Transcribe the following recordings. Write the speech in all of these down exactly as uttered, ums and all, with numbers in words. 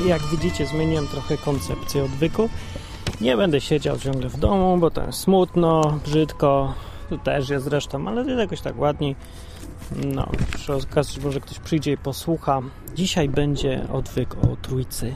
jak widzicie, zmieniłem trochę koncepcję odwyku. Nie będę siedział ciągle w domu, bo to jest smutno, brzydko. Tu też jest zresztą, ale jest jakoś tak ładniej. No, przy okazji może ktoś przyjdzie i posłucha. Dzisiaj będzie odwyk o Trójcy.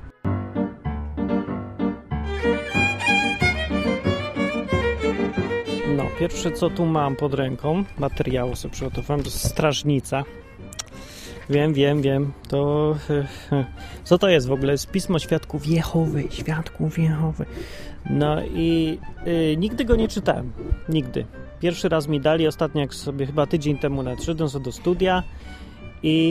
No, pierwsze co tu mam pod ręką, materiału sobie przygotowałem, to jest strażnica. Wiem, wiem, wiem, to... Co to jest w ogóle? Jest Pismo Świadków Jehowy, Świadków Jehowy. No i y, nigdy go nie czytałem, nigdy. Pierwszy raz mi dali, ostatnio jak sobie chyba tydzień temu nadszedłem sobie do studia i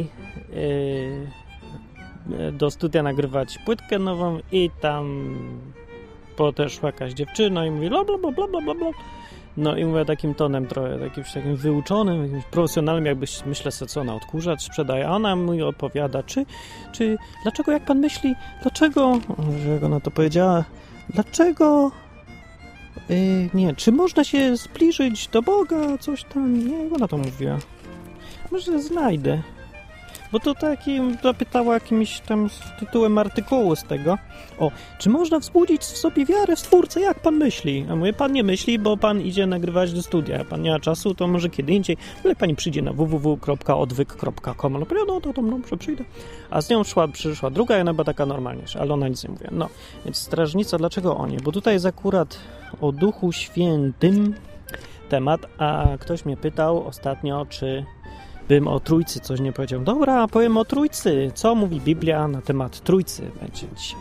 y, do studia nagrywać płytkę nową i tam podeszła jakaś dziewczyna i mówi bla bla bla bla bla bla. No i mówię takim tonem trochę, jakimś takim wyuczonym, jakimś profesjonalnym, jakbyś myślę sobie, co ona odkurzacz sprzedaje, a ona mi odpowiada, czy, czy, dlaczego, jak pan myśli, dlaczego, że jak ona to powiedziała, dlaczego, yy, nie, czy można się zbliżyć do Boga, coś tam, nie, ona to mówiła, może znajdę, bo to takim zapytała jakimś tam tytułem artykułu z tego. O, czy można wzbudzić w sobie wiarę w Stwórcę? Jak pan myśli? A mówię, pan nie myśli, bo pan idzie nagrywać do studia. Pan nie ma czasu, to może kiedy indziej. Ale pani przyjdzie na w w w kropka odwyk kropka com. No, no to tam, no, przyjdę. A z nią szła, przyszła druga i ona była taka normalniejsza, ale ona nic nie mówiła. No, więc strażnica, dlaczego o nie? Bo tutaj jest akurat o Duchu Świętym temat, a ktoś mnie pytał ostatnio, czy bym o Trójcy coś nie powiedział. Dobra, powiem o Trójcy. Co mówi Biblia na temat Trójcy? Będzie dzisiaj.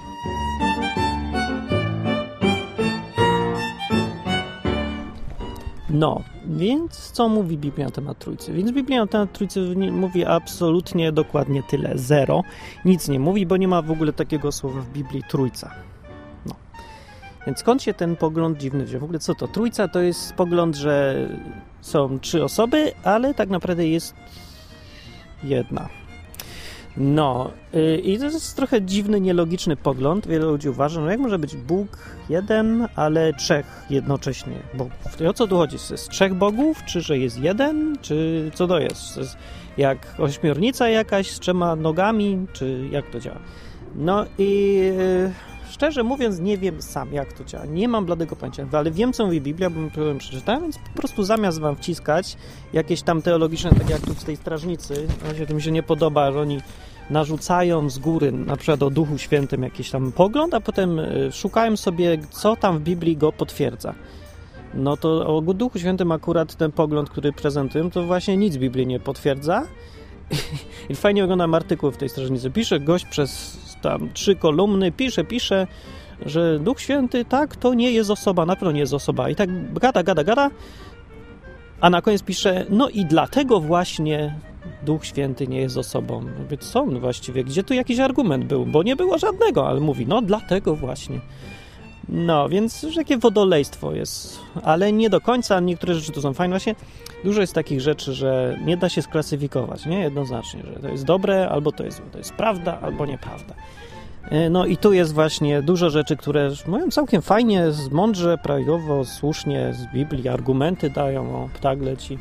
No, więc co mówi Biblia na temat Trójcy? Więc Biblia na temat Trójcy mówi absolutnie dokładnie tyle. Zero. Nic nie mówi, bo nie ma w ogóle takiego słowa w Biblii Trójca. No. Więc skąd się ten pogląd dziwny wziął? W ogóle co to? Trójca to jest pogląd, że są trzy osoby, ale tak naprawdę jest jedna. No yy, i to jest trochę dziwny, nielogiczny pogląd. Wiele ludzi uważa, no jak może być Bóg jeden, ale trzech jednocześnie bogów? To o co tu chodzi? Jest trzech bogów? Czy że jest jeden? Czy co to jest? jest jak ośmiornica jakaś z trzema nogami? Czy jak to działa? No i... Yy, Szczerze mówiąc, nie wiem sam, jak to działa. Nie mam bladego pojęcia, ale wiem, co mówi Biblia, bo problem przeczytałem, więc po prostu zamiast wam wciskać jakieś tam teologiczne, tak jak tu w tej strażnicy, to mi się nie podoba, że oni narzucają z góry, na przykład o Duchu Świętym jakiś tam pogląd, a potem szukają sobie, co tam w Biblii go potwierdza. No to o Duchu Świętym akurat ten pogląd, który prezentują, to właśnie nic Biblii nie potwierdza. I fajnie oglądam artykuł w tej strażnicy. Pisze gość przez tam trzy kolumny, pisze, pisze, że Duch Święty, tak, to nie jest osoba, na pewno nie jest osoba. I tak gada, gada, gada, a na koniec pisze, no i dlatego właśnie Duch Święty nie jest osobą. Mówię, co właściwie, gdzie tu jakiś argument był? Bo nie było żadnego, ale mówi, no dlatego właśnie. No, więc że jakie wodolejstwo jest, ale nie do końca, niektóre rzeczy tu są fajne. Właśnie dużo jest takich rzeczy, że nie da się sklasyfikować, nie? Jednoznacznie, że to jest dobre, albo to jest, to jest prawda, albo nieprawda. No i tu jest właśnie dużo rzeczy, które mówią całkiem fajnie, mądrze, prawidłowo, słusznie z Biblii, argumenty dają, o, ptak leci.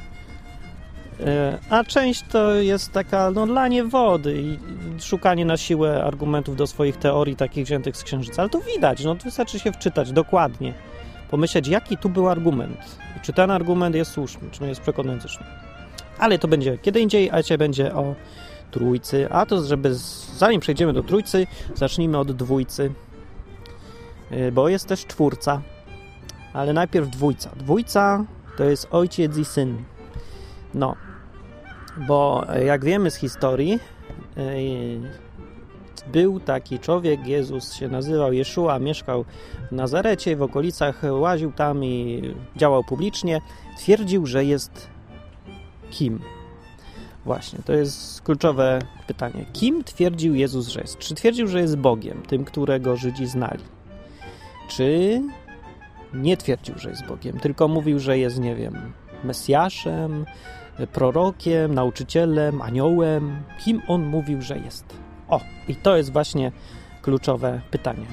A część to jest taka, no, lanie wody i szukanie na siłę argumentów do swoich teorii takich wziętych z księżyca. Ale to widać, no, wystarczy się wczytać dokładnie, pomyśleć, jaki tu był argument. I czy ten argument jest słuszny, czy jest przekonujący. Ale to będzie kiedy indziej, a dzisiaj będzie o Trójcy. A to, żeby zanim przejdziemy do Trójcy, zacznijmy od Dwójcy, bo jest też Czwórca. Ale najpierw Dwójca. Dwójca to jest Ojciec i Syn. No, bo jak wiemy z historii, był taki człowiek, Jezus się nazywał Jeszua, mieszkał w Nazarecie, w okolicach, łaził tam i działał publicznie. Twierdził, że jest kim? Właśnie, to jest kluczowe pytanie. Kim twierdził Jezus, że jest? Czy twierdził, że jest Bogiem, tym, którego Żydzi znali? Czy nie twierdził, że jest Bogiem, tylko mówił, że jest, nie wiem, Mesjaszem, prorokiem, nauczycielem, aniołem? Kim on mówił, że jest? O, i to jest właśnie kluczowe pytanie.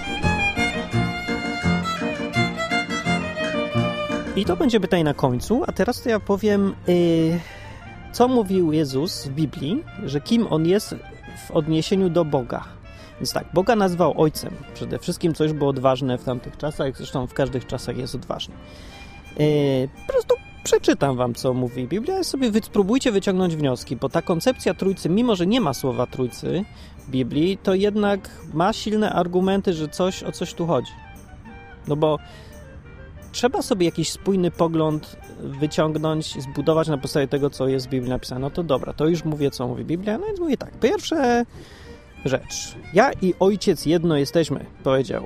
I to będzie pytanie na końcu, a teraz to ja powiem, yy, co mówił Jezus w Biblii, że kim on jest w odniesieniu do Boga. Więc tak, Boga nazwał Ojcem. Przede wszystkim, co już było odważne w tamtych czasach, zresztą w każdych czasach jest odważne. Yy, po prostu przeczytam wam, co mówi Biblia, sobie wy, spróbujcie wyciągnąć wnioski, bo ta koncepcja Trójcy, mimo że nie ma słowa Trójcy w Biblii, to jednak ma silne argumenty, że coś o coś tu chodzi. No bo trzeba sobie jakiś spójny pogląd wyciągnąć i zbudować na podstawie tego, co jest w Biblii napisane. No to dobra, to już mówię, co mówi Biblia. No więc mówię tak. Pierwsza rzecz. Ja i Ojciec jedno jesteśmy, powiedział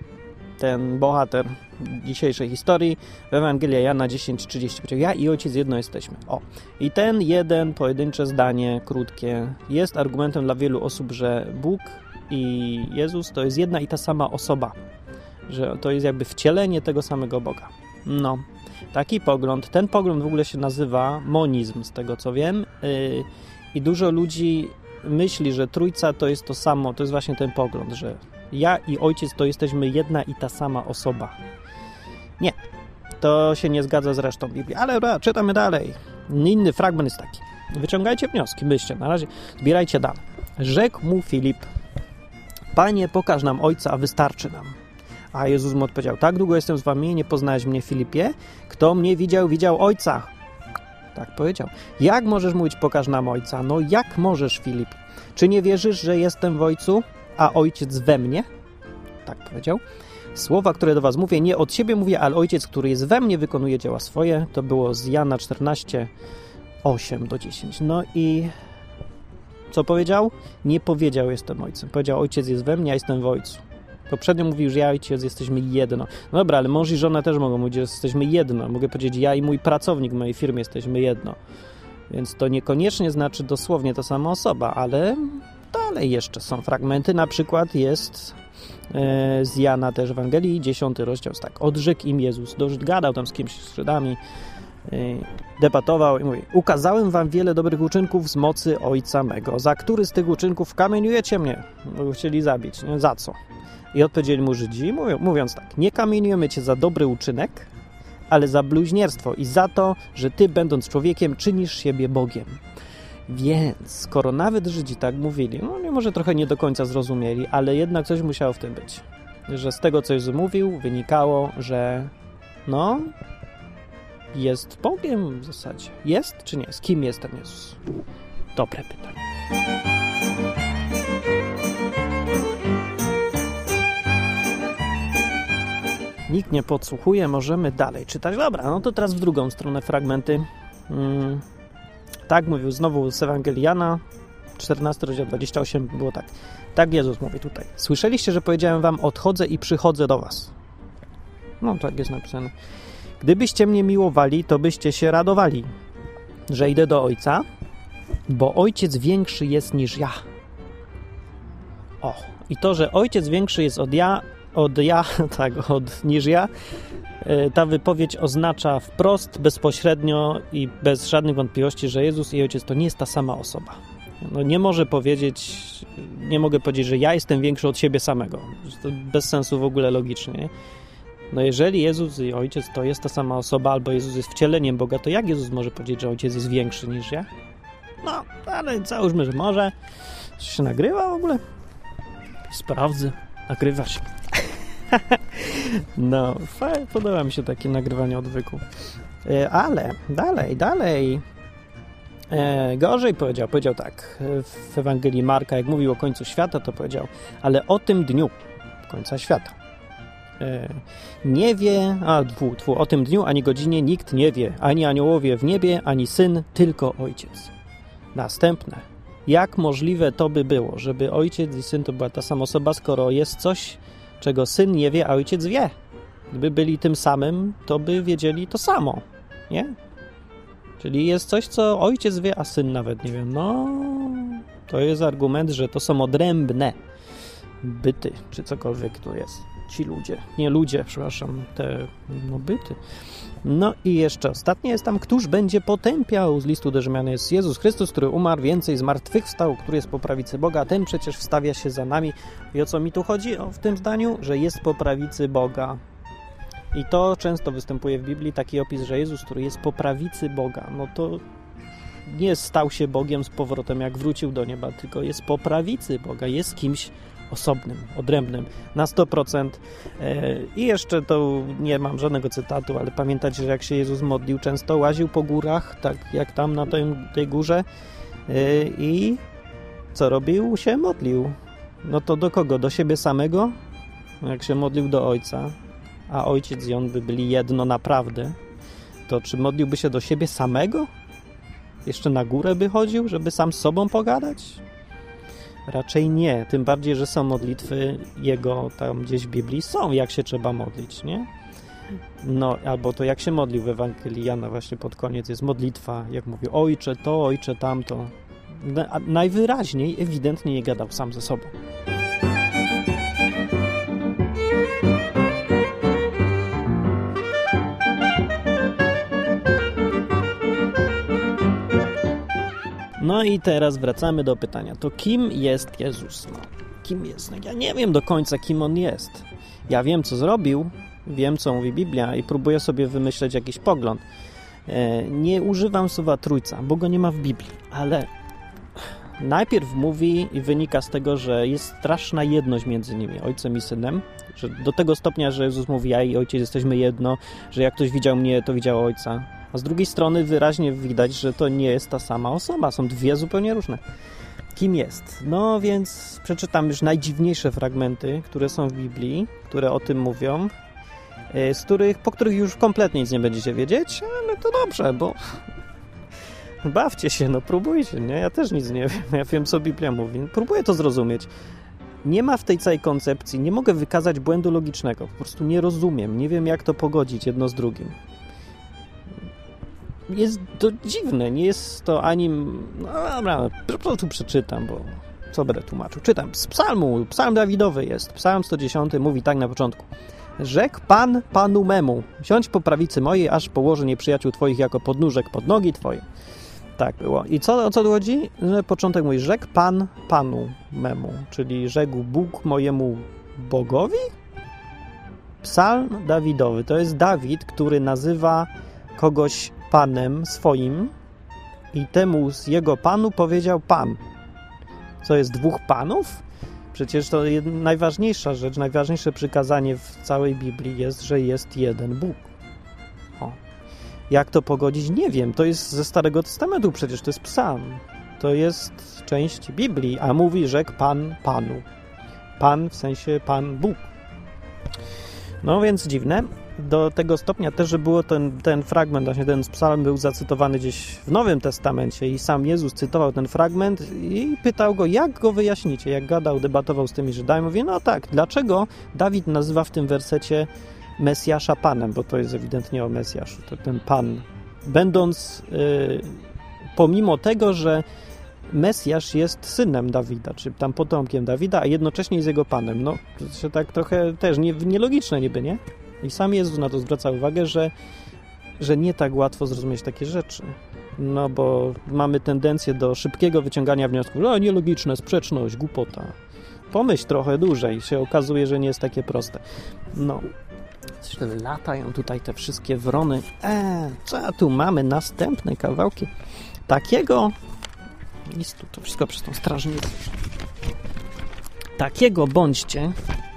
ten bohater dzisiejszej historii w Ewangelii Jana dziesięć trzydzieści. Powiedział, ja i Ojciec jedno jesteśmy. O. I ten jeden pojedyncze zdanie, krótkie, jest argumentem dla wielu osób, że Bóg i Jezus to jest jedna i ta sama osoba. Że to jest jakby wcielenie tego samego Boga. No, taki pogląd. Ten pogląd w ogóle się nazywa monizm, z tego co wiem. Yy, I dużo ludzi myśli, że Trójca to jest to samo, to jest właśnie ten pogląd, że ja i Ojciec to jesteśmy jedna i ta sama osoba. Nie, to się nie zgadza z resztą Biblii, ale dobra, czytamy dalej. Inny fragment jest taki. Wyciągajcie wnioski, myślcie, na razie zbierajcie dane. Rzekł mu Filip, Panie, pokaż nam Ojca, a wystarczy nam. A Jezus mu odpowiedział, tak długo jestem z wami, nie poznałeś mnie, Filipie? Kto mnie widział, widział Ojca. Tak powiedział. Jak możesz mówić, pokaż nam Ojca? No jak możesz, Filip? Czy nie wierzysz, że jestem w Ojcu, a Ojciec we mnie? Tak powiedział. Słowa, które do was mówię, nie od siebie mówię, ale Ojciec, który jest we mnie, wykonuje dzieła swoje. To było z Jana czternaście, osiem do dziesięć. No i co powiedział? Nie powiedział, jestem Ojcem. Powiedział, Ojciec jest we mnie, a jestem w Ojcu. Poprzednio mówił, że ja i Ojciec jesteśmy jedno. No dobra, ale mąż i żona też mogą mówić, że jesteśmy jedno. Mogę powiedzieć, ja i mój pracownik w mojej firmie jesteśmy jedno. Więc to niekoniecznie znaczy dosłownie ta sama osoba, ale dalej jeszcze są fragmenty. Na przykład jest e, z Jana też Ewangelii, dziesiąty rozdział. Tak, odrzekł im Jezus. Gadał tam z kimś, z Żydami, e, debatował i mówi, ukazałem wam wiele dobrych uczynków z mocy Ojca mego. Za który z tych uczynków kamieniujecie mnie? Bo chcieli zabić. Nie? Za co? I odpowiedzieli mu Żydzi, mówią, mówiąc tak, nie kamieniujemy cię za dobry uczynek, ale za bluźnierstwo i za to, że ty, będąc człowiekiem, czynisz siebie Bogiem. Więc, skoro nawet Żydzi tak mówili, no nie może trochę nie do końca zrozumieli, ale jednak coś musiało w tym być. Że z tego, co Jezus mówił, wynikało, że no, jest Bogiem w zasadzie. Jest czy nie jest? Kim jest ten Jezus? Dobre pytanie. Nikt nie podsłuchuje, możemy dalej czytać. Dobra, no to teraz w drugą stronę fragmenty. Hmm. Tak mówił znowu z Ewangelii Jana, czternasty rozdział, dwadzieścia osiem, było tak. Tak Jezus mówi tutaj. Słyszeliście, że powiedziałem wam, odchodzę i przychodzę do was. No tak jest napisane. Gdybyście mnie miłowali, to byście się radowali, że idę do Ojca, bo Ojciec większy jest niż ja. O, i to, że Ojciec większy jest od ja, od ja, tak, od niż ja, ta wypowiedź oznacza wprost, bezpośrednio i bez żadnych wątpliwości, że Jezus i Ojciec to nie jest ta sama osoba. No nie może powiedzieć, nie mogę powiedzieć, że ja jestem większy od siebie samego. To bez sensu w ogóle logicznie. No jeżeli Jezus i Ojciec to jest ta sama osoba, albo Jezus jest wcieleniem Boga, to jak Jezus może powiedzieć, że Ojciec jest większy niż ja? No, ale załóżmy, że może. Czy się nagrywa w ogóle? Sprawdzę. Nagrywa się. No, fajnie, podoba mi się takie nagrywanie odwyku. Ale dalej, dalej. E, gorzej powiedział, powiedział tak w Ewangelii Marka, jak mówił o końcu świata, to powiedział, ale o tym dniu końca świata e, nie wie, a dwu, dwu, o tym dniu ani godzinie nikt nie wie, ani aniołowie w niebie, ani Syn, tylko Ojciec. Następne. Jak możliwe to by było, żeby Ojciec i Syn to była ta sama osoba, skoro jest coś, czego Syn nie wie, a Ojciec wie? Gdyby byli tym samym, to by wiedzieli to samo, nie? Czyli jest coś, co Ojciec wie, a Syn nawet nie wie. No, to jest argument, że to są odrębne byty, czy cokolwiek to jest. Ci ludzie. Nie ludzie, przepraszam, te no, byty. No i jeszcze ostatnie jest tam, któż będzie potępiał, z listu do Rzymian jest Jezus Chrystus, który umarł, więcej zmartwychwstał, który jest po prawicy Boga, ten przecież wstawia się za nami. I o co mi tu chodzi o, w tym zdaniu? Że jest po prawicy Boga. I to często występuje w Biblii, taki opis, że Jezus, który jest po prawicy Boga, no to nie stał się Bogiem z powrotem, jak wrócił do nieba, tylko jest po prawicy Boga, jest kimś osobnym, odrębnym, na sto procent. I jeszcze to nie mam żadnego cytatu, ale pamiętacie, że jak się Jezus modlił, często łaził po górach, tak jak tam na tej, tej górze i co robił? Się modlił. No to do kogo? Do siebie samego? Jak się modlił do Ojca, a Ojciec i On by byli jedno naprawdę, to czy modliłby się do siebie samego? Jeszcze na górę by chodził, żeby sam z sobą pogadać? Raczej nie. Tym bardziej, że są modlitwy Jego tam gdzieś w Biblii. Są, jak się trzeba modlić, nie? No, albo to jak się modlił w Ewangelii Jana właśnie pod koniec jest modlitwa, jak mówi Ojcze to, Ojcze tamto. A najwyraźniej, ewidentnie nie gadał sam ze sobą. No i teraz wracamy do pytania. To kim jest Jezus? No, kim jest? No, ja nie wiem do końca, kim On jest. Ja wiem, co zrobił, wiem, co mówi Biblia i próbuję sobie wymyśleć jakiś pogląd. E, nie używam słowa Trójca, bo go nie ma w Biblii, ale najpierw mówi i wynika z tego, że jest straszna jedność między nimi, Ojcem i Synem, że do tego stopnia, że Jezus mówi, ja i Ojciec jesteśmy jedno, że jak ktoś widział mnie, to widział Ojca. A z drugiej strony wyraźnie widać, że to nie jest ta sama osoba, są dwie zupełnie różne. Kim jest? No więc przeczytam już najdziwniejsze fragmenty, które są w Biblii, które o tym mówią, z których, po których już kompletnie nic nie będziecie wiedzieć, ale to dobrze, bo bawcie się, no próbujcie, nie? Ja też nic nie wiem, ja wiem, co Biblia mówi. Próbuję to zrozumieć. Nie ma w tej całej koncepcji, nie mogę wykazać błędu logicznego, po prostu nie rozumiem, nie wiem, jak to pogodzić jedno z drugim. Jest to dziwne, nie jest to ani... No dobra, po tu przeczytam, bo co będę tłumaczył? Czytam z psalmu, psalm Dawidowy jest, psalm sto dziesiąty mówi tak na początku. Rzekł Pan Panu memu, siądź po prawicy mojej, aż położę nieprzyjaciół Twoich jako podnóżek pod nogi Twoje. Tak było. I co, o co tu chodzi? Że początek mówi, rzekł Pan Panu memu, czyli rzekł Bóg mojemu Bogowi? Psalm Dawidowy, to jest Dawid, który nazywa kogoś Panem swoim i temu z jego Panu powiedział Pan. Co jest dwóch Panów? Przecież to jed... najważniejsza rzecz, najważniejsze przykazanie w całej Biblii jest, że jest jeden Bóg. O. Jak to pogodzić? Nie wiem. To jest ze Starego Testamentu przecież, to jest psalm. To jest część Biblii, a mówi, rzekł Pan Panu. Pan w sensie Pan Bóg. No więc dziwne. Do tego stopnia też, że było ten, ten fragment, właśnie ten psalm był zacytowany gdzieś w Nowym Testamencie i sam Jezus cytował ten fragment i pytał go, jak go wyjaśnicie, jak gadał, debatował z tymi Żydami. Mówi, no tak, dlaczego Dawid nazywa w tym wersecie Mesjasza Panem, bo to jest ewidentnie o Mesjaszu, to ten Pan. Będąc, yy, pomimo tego, że Mesjasz jest synem Dawida, czy tam potomkiem Dawida, a jednocześnie jest jego Panem. No, to się tak trochę też nie, nielogiczne niby, nie? I sam Jezus na to zwraca uwagę, że, że nie tak łatwo zrozumieć takie rzeczy. No bo mamy tendencję do szybkiego wyciągania wniosków. O, nielogiczne, sprzeczność, głupota. Pomyśl trochę dłużej, się okazuje, że nie jest takie proste. No, latają tutaj te wszystkie wrony. Eee, co tu mamy? Następne kawałki takiego listu. To wszystko przez tą strażnicę. Takiego bądźcie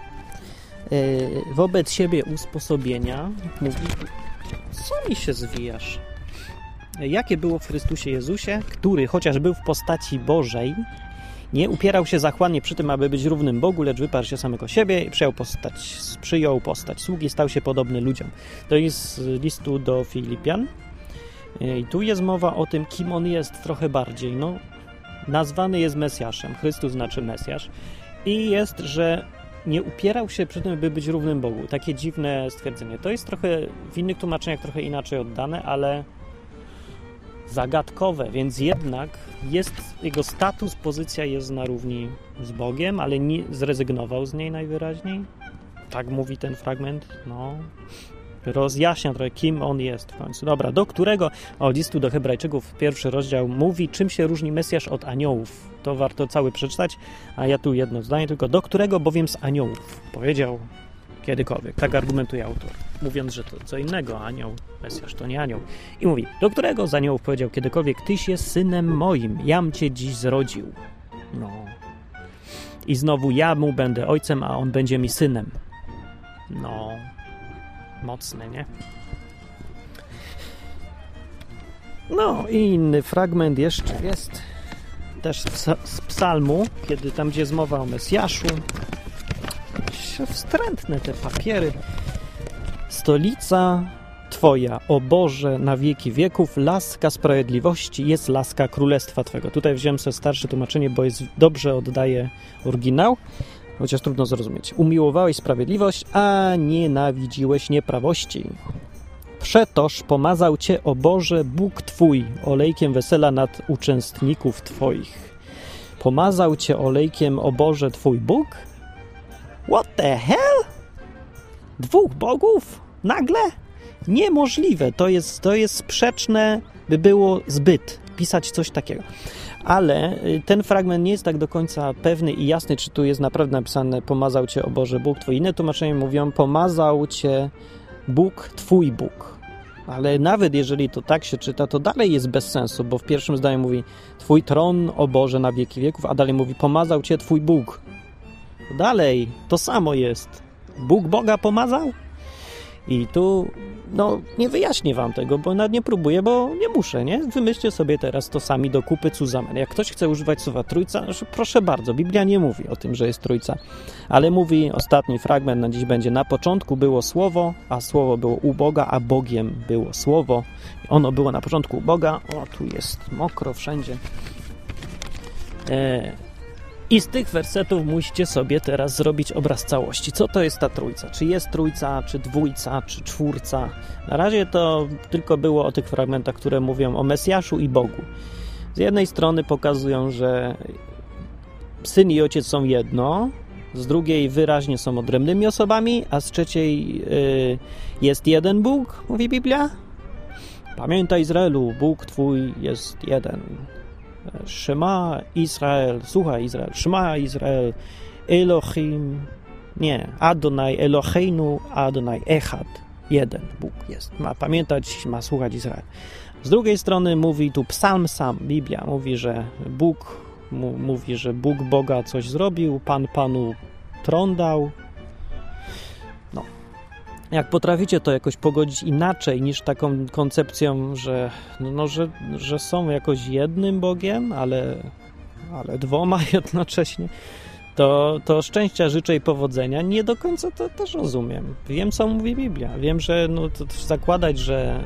wobec siebie usposobienia. Mówi, co mi się zwijasz? Jakie było w Chrystusie Jezusie, który, chociaż był w postaci Bożej, nie upierał się zachłannie przy tym, aby być równym Bogu, lecz wyparł się samego siebie i przyjął postać, przyjął postać sługi, stał się podobny ludziom. To jest z listu do Filipian. I tu jest mowa o tym, kim on jest trochę bardziej. No, nazwany jest Mesjaszem. Chrystus znaczy Mesjasz. I jest, że nie upierał się przy tym, by być równym Bogu. Takie dziwne stwierdzenie. To jest trochę w innych tłumaczeniach trochę inaczej oddane, ale zagadkowe, więc jednak jest jego status, pozycja jest na równi z Bogiem, ale nie zrezygnował z niej najwyraźniej. Tak mówi ten fragment. No, rozjaśnia trochę, kim on jest w końcu. Dobra, do którego, o listu do Hebrajczyków, pierwszy rozdział mówi, czym się różni Mesjasz od aniołów. To warto cały przeczytać, a ja tu jedno zdanie tylko. Do którego bowiem z aniołów powiedział kiedykolwiek. Tak argumentuje autor, mówiąc, że to co innego. Anioł, Mesjasz to nie anioł. I mówi, do którego z aniołów powiedział kiedykolwiek, tyś jest synem moim, jam cię dziś zrodził. No. I znowu ja mu będę ojcem, a on będzie mi synem. No, mocne, nie? No i inny fragment jeszcze jest też z psalmu, kiedy tam, gdzie jest mowa o Mesjaszu. Wstrętne te papiery. Stolica Twoja, o Boże, na wieki wieków, laska sprawiedliwości jest laska królestwa Twego. Tutaj wziąłem sobie starsze tłumaczenie, bo jest, dobrze oddaje oryginał, chociaż trudno zrozumieć. Umiłowałeś sprawiedliwość, a nienawidziłeś nieprawości. Przetoż pomazał Cię, o Boże, Bóg Twój, olejkiem wesela nad uczestników Twoich. Pomazał Cię olejkiem, o Boże, Twój Bóg? What the hell? Dwóch bogów? Nagle? Niemożliwe. To jest, to jest sprzeczne, by było zbyt pisać coś takiego. Ale ten fragment nie jest tak do końca pewny i jasny, czy tu jest naprawdę napisane pomazał Cię, o Boże, Bóg Twój. Inne tłumaczenia mówią pomazał Cię Bóg, Twój Bóg. Ale nawet jeżeli to tak się czyta, to dalej jest bez sensu, bo w pierwszym zdaniu mówi Twój tron, o Boże, na wieki wieków, a dalej mówi pomazał Cię Twój Bóg. Dalej to samo jest. Bóg Boga pomazał? I tu, no, nie wyjaśnię wam tego, bo nawet nie próbuję, bo nie muszę, nie? Wymyślcie sobie teraz to sami do kupy cuzamen. Jak ktoś chce używać słowa trójca, proszę bardzo, Biblia nie mówi o tym, że jest trójca, ale mówi, ostatni fragment na dziś będzie, na początku było słowo, a słowo było u Boga, a Bogiem było słowo. Ono było na początku u Boga. O, tu jest mokro wszędzie. Eee. I z tych wersetów musicie sobie teraz zrobić obraz całości. Co to jest ta trójca? Czy jest trójca, czy dwójca, czy czwórca? Na razie to tylko było o tych fragmentach, które mówią o Mesjaszu i Bogu. Z jednej strony pokazują, że Syn i Ojciec są jedno, z drugiej wyraźnie są odrębnymi osobami, a z trzeciej yy, jest jeden Bóg, mówi Biblia. Pamiętaj, Izraelu, Bóg Twój jest jeden. Shema Izrael, słuchaj Izrael, Shema Izrael, Elohim, nie, Adonai, Eloheinu, Adonai, Echad, jeden Bóg jest, ma pamiętać, ma słuchać Izrael. Z drugiej strony mówi tu psalm sam, Biblia mówi, że Bóg, mu, mówi, że Bóg Boga coś zrobił, Pan Panu tron dał. No. Jak potraficie to jakoś pogodzić inaczej niż taką koncepcją, że, no, że, że są jakoś jednym Bogiem, ale, ale dwoma jednocześnie, to, to szczęścia życzę i powodzenia. Nie do końca to też rozumiem. Wiem, co mówi Biblia. Wiem, że no, to zakładać, że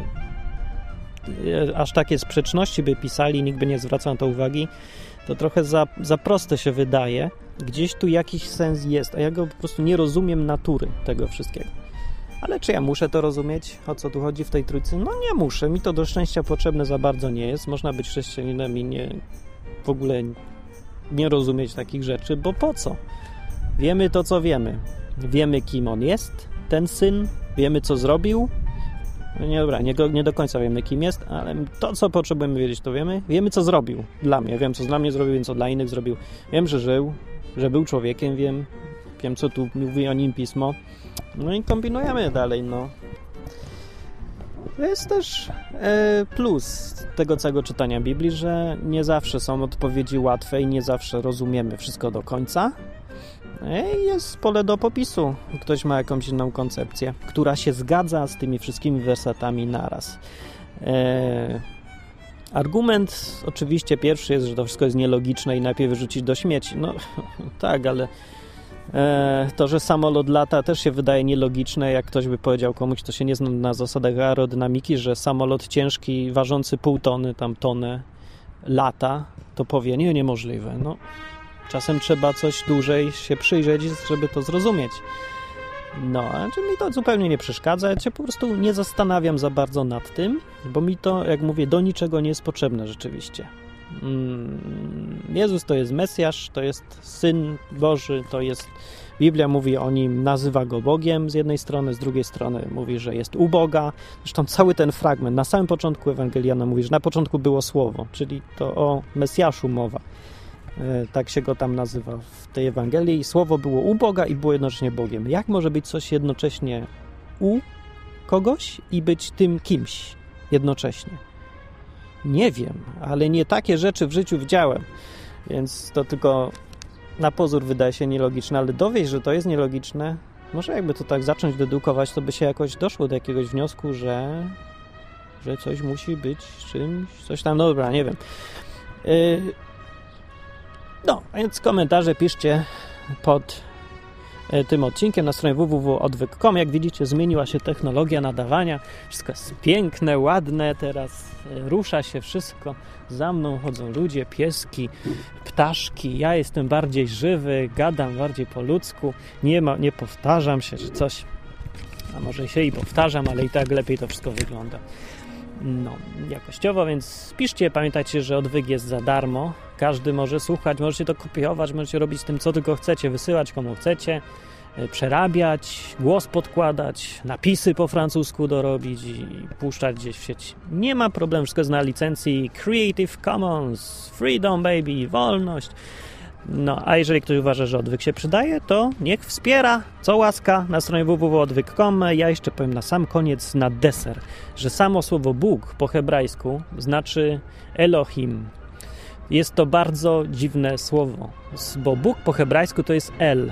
aż takie sprzeczności by pisali, nikt by nie zwracał na to uwagi, to trochę za, za proste się wydaje. Gdzieś tu jakiś sens jest, a ja go po prostu nie rozumiem natury tego wszystkiego. Ale czy ja muszę to rozumieć, o co tu chodzi w tej trójcy? No nie muszę, mi to do szczęścia potrzebne za bardzo nie jest. Można być chrześcijaninem i nie, w ogóle nie rozumieć takich rzeczy, bo po co? Wiemy to, co wiemy. Wiemy, kim on jest, ten syn, wiemy, co zrobił. No nie, dobra, nie, nie do końca wiemy, kim jest, ale to, co potrzebujemy wiedzieć, to wiemy. Wiemy, co zrobił dla mnie. Wiem, co dla mnie zrobił, wiem, co dla innych zrobił. Wiem, że żył, że był człowiekiem, wiem, wiem, co tu mówi o nim Pismo. No i kombinujemy dalej, no. To jest też e, plus tego całego czytania Biblii, że nie zawsze są odpowiedzi łatwe i nie zawsze rozumiemy wszystko do końca. I jest pole do popisu. Ktoś ma jakąś inną koncepcję, która się zgadza z tymi wszystkimi wersetami naraz. E, argument oczywiście pierwszy jest, że to wszystko jest nielogiczne i najpierw wyrzucić do śmieci. No tak, ale e, to, że samolot lata, też się wydaje nielogiczne. Jak ktoś by powiedział komuś, kto się nie zna na zasadach aerodynamiki, że samolot ciężki, ważący pół tony, tam tonę lata, to powie, nie, niemożliwe. No, czasem trzeba coś dłużej się przyjrzeć, żeby to zrozumieć. No, a czy mi to zupełnie nie przeszkadza, ja się po prostu nie zastanawiam za bardzo nad tym, bo mi to, jak mówię, do niczego nie jest potrzebne rzeczywiście. Jezus to jest Mesjasz, to jest Syn Boży, to jest, Biblia mówi o Nim, nazywa Go Bogiem z jednej strony, z drugiej strony mówi, że jest u Boga. Zresztą cały ten fragment, na samym początku Ewangelia mówi, że na początku było Słowo, czyli to o Mesjaszu mowa. Tak się Go tam nazywa w tej Ewangelii. Słowo było u Boga i było jednocześnie Bogiem. Jak może być coś jednocześnie u kogoś i być tym kimś jednocześnie? Nie wiem, ale nie takie rzeczy w życiu widziałem. Więc to tylko na pozór wydaje się nielogiczne, ale dowieść, że to jest nielogiczne, może jakby to tak zacząć dedukować, to by się jakoś doszło do jakiegoś wniosku, że, że coś musi być czymś, coś tam, no dobra, nie wiem. Yy, no, więc komentarze piszcie pod tym odcinkiem na stronie w w w kropka odwyk kropka com. Jak widzicie, zmieniła się technologia nadawania. Wszystko jest piękne, ładne. Teraz rusza się wszystko. Za mną chodzą ludzie, pieski, ptaszki. Ja jestem bardziej żywy, gadam bardziej po ludzku. Nie, ma, nie powtarzam się, czy coś. A może się i powtarzam, ale i tak lepiej to wszystko wygląda. No, jakościowo, więc piszcie. Pamiętajcie, że odwyk jest za darmo. Każdy może słuchać, możecie to kopiować, możecie robić z tym, co tylko chcecie, wysyłać komu chcecie, przerabiać, głos podkładać, napisy po francusku dorobić i puszczać gdzieś w sieci. Nie ma problemu, wszystko jest na licencji Creative Commons, Freedom Baby, wolność. No, a jeżeli ktoś uważa, że odwyk się przydaje, to niech wspiera, co łaska, na stronie w w w kropka odwyk kropka com. Ja jeszcze powiem na sam koniec, na deser, że samo słowo Bóg po hebrajsku znaczy Elohim. Jest to bardzo dziwne słowo, bo Bóg po hebrajsku to jest El,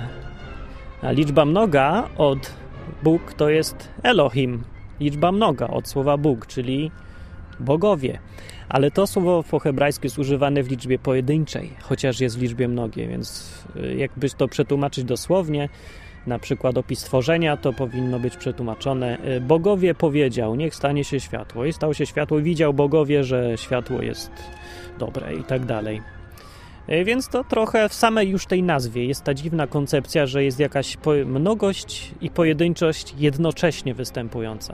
a liczba mnoga od Bóg to jest Elohim. Liczba mnoga od słowa Bóg, czyli bogowie. Ale to słowo po hebrajsku jest używane w liczbie pojedynczej, chociaż jest w liczbie mnogiej, więc jakby to przetłumaczyć dosłownie, na przykład opis stworzenia, to powinno być przetłumaczone: bogowie powiedział, niech stanie się światło. I stało się światło i widział bogowie, że światło jest dobre i tak dalej. Więc to trochę w samej już tej nazwie jest ta dziwna koncepcja, że jest jakaś mnogość i pojedynczość jednocześnie występująca.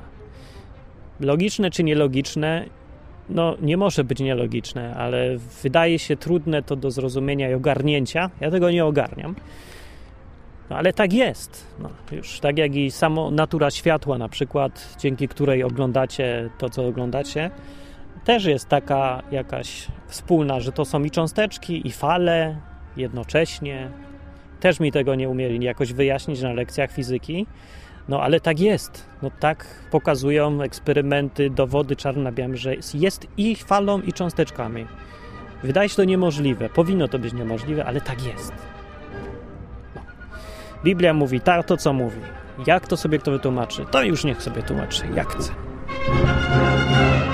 Logiczne czy nielogiczne? No, nie może być nielogiczne, ale wydaje się trudne to do zrozumienia i ogarnięcia. Ja tego nie ogarniam. No, ale tak jest. No, już tak jak i samo natura światła na przykład, dzięki której oglądacie to, co oglądacie, też jest taka jakaś wspólna, że to są i cząsteczki, i fale jednocześnie. Też mi tego nie umieli jakoś wyjaśnić na lekcjach fizyki. No ale tak jest. No tak pokazują eksperymenty, dowody czarno na białym, że jest i falą, i cząsteczkami. Wydaje się to niemożliwe. Powinno to być niemożliwe, ale tak jest. No. Biblia mówi tak, to co mówi. Jak to sobie kto wytłumaczy? To już niech sobie tłumaczy, jak chce.